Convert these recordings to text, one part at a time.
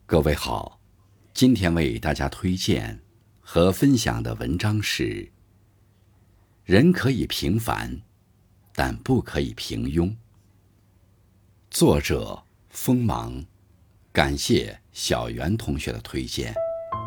各位好，今天为大家推荐和分享的文章是：人可以平凡，但不可以平庸。作者锋芒，感谢小袁同学的推荐。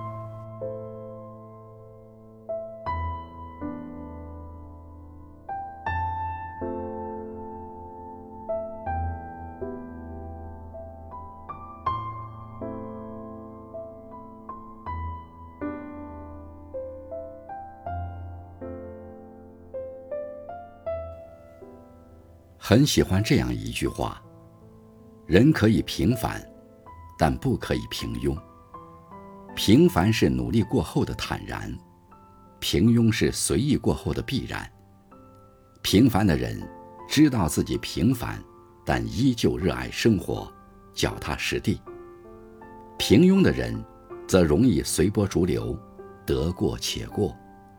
很喜欢这样一句话：人可以平凡，但不可以平庸。平凡是努力过后的坦然，平庸是随意过后的必然。平凡的人知道自己平凡，但依旧热爱生活，脚踏实地。平庸的人则容易随波逐流，得过且过。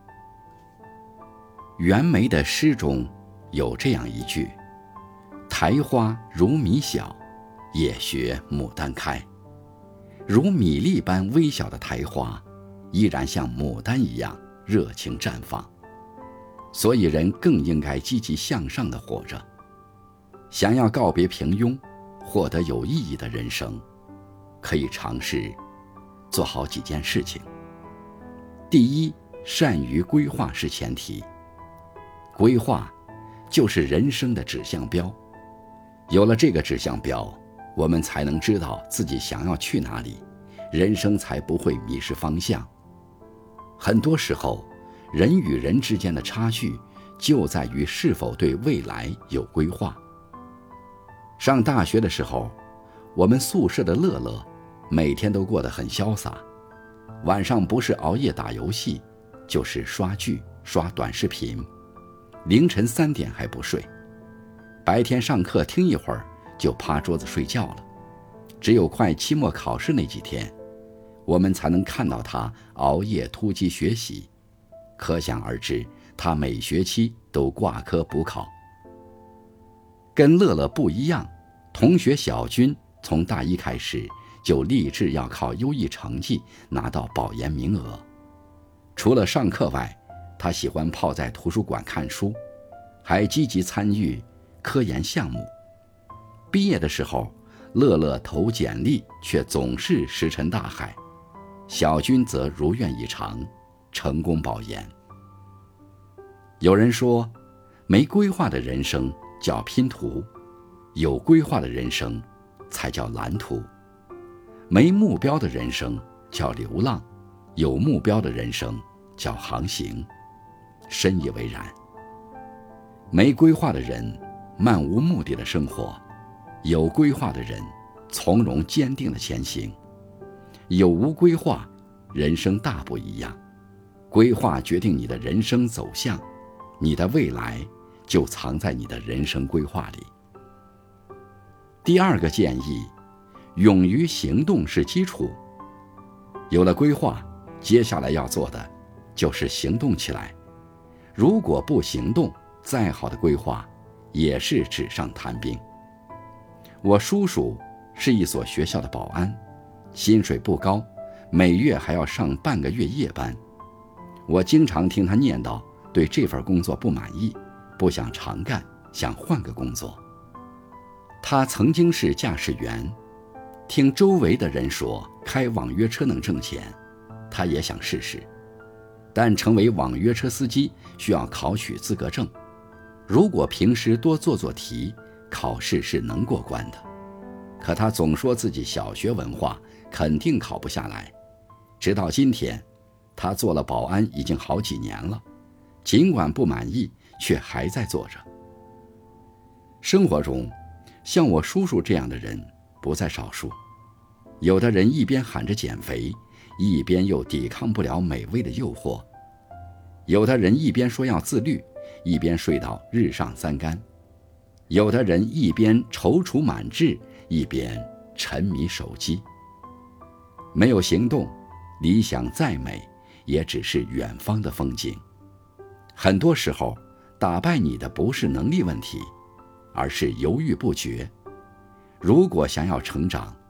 袁枚的诗中有这样一句：苔花如米小，也学牡丹开。如米粒般微小的苔花，依然像牡丹一样热情绽放。所以人更应该积极向上地活着。想要告别平庸，获得有意义的人生，可以尝试做好几件事情。第一，善于规划是前提。规划就是人生的指向标。有了这个指向标，我们才能知道自己想要去哪里，人生才不会迷失方向。很多时候，人与人之间的差距就在于是否对未来有规划。上大学的时候，我们宿舍的乐乐每天都过得很潇洒，晚上不是熬夜打游戏，就是刷剧、刷短视频，凌晨3点还不睡。白天上课听一会儿就趴桌子睡觉了，只有快期末考试那几天，我们才能看到他熬夜突击学习。可想而知，他每学期都挂科补考。跟乐乐不一样，同学小军从大一开始就立志要靠优异成绩拿到保研名额。除了上课外，他喜欢泡在图书馆看书，还积极参与科研项目。毕业的时候，乐乐投简历却总是石沉大海，小军则如愿以偿，成功保研。有人说，没规划的人生叫拼图，有规划的人生才叫蓝图。没目标的人生叫流浪，有目标的人生叫航行。深以为然。没规划的人漫无目的的生活，有规划的人从容坚定的前行。有无规划，人生大不一样。规划决定你的人生走向，你的未来就藏在你的人生规划里。第二个建议，勇于行动是基础。有了规划，接下来要做的就是行动起来。如果不行动，再好的规划也是纸上谈兵。我叔叔是一所学校的保安，薪水不高，每月还要上半个月夜班。我经常听他念叨对这份工作不满意，不想长干，想换个工作。他曾经是驾驶员，听周围的人说开网约车能挣钱，他也想试试。但成为网约车司机需要考取资格证，如果平时多做做题，考试是能过关的。可他总说自己小学文化，肯定考不下来。直到今天，他做了保安已经好几年了，尽管不满意，却还在做着。生活中，像我叔叔这样的人不在少数。有的人一边喊着减肥，一边又抵抗不了美味的诱惑。有的人一边说要自律，一边睡到日上三竿。有的人一边踌躇满志，一边沉迷手机。没有行动，理想再美，也只是远方的风景。很多时候，打败你的不是能力问题，而是犹豫不决。如果想要成长，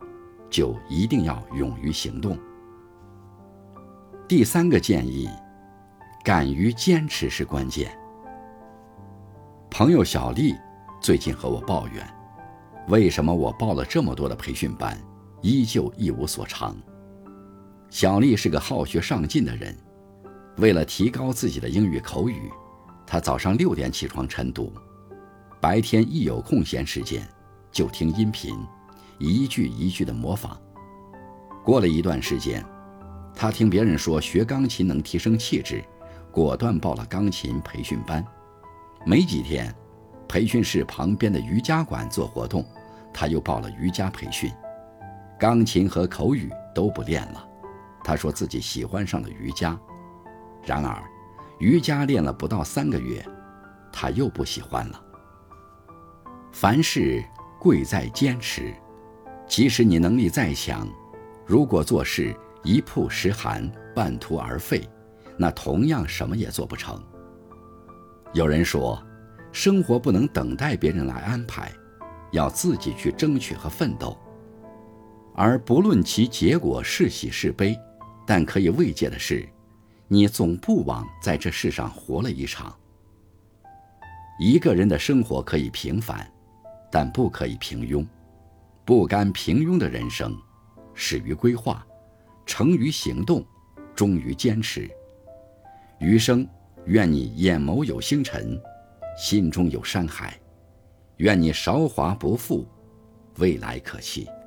就一定要勇于行动。第3个建议，敢于坚持是关键。朋友小丽最近和我抱怨，为什么我报了这么多的培训班，依旧一无所长。小丽是个好学上进的人，为了提高自己的英语口语，她早上6点起床晨读，白天一有空闲时间就听音频，一句一句的模仿。过了一段时间，她听别人说学钢琴能提升气质，果断报了钢琴培训班。没几天，培训室旁边的瑜伽馆做活动，她又报了瑜伽培训。钢琴和口语都不练了，她说自己喜欢上了瑜伽。然而瑜伽练了不到3个月，她又不喜欢了。凡事贵在坚持，即使你能力再强，如果做事一曝十寒，半途而废，那同样什么也做不成。有人说，生活不能等待别人来安排，要自己去争取和奋斗。而不论其结果是喜是悲，但可以慰藉的是，你总不枉在这世上活了一场。一个人的生活可以平凡，但不可以平庸。不甘平庸的人生，始于规划，成于行动，忠于坚持。余生愿你眼眸有星辰，心中有山海，愿你韶华不负，未来可期。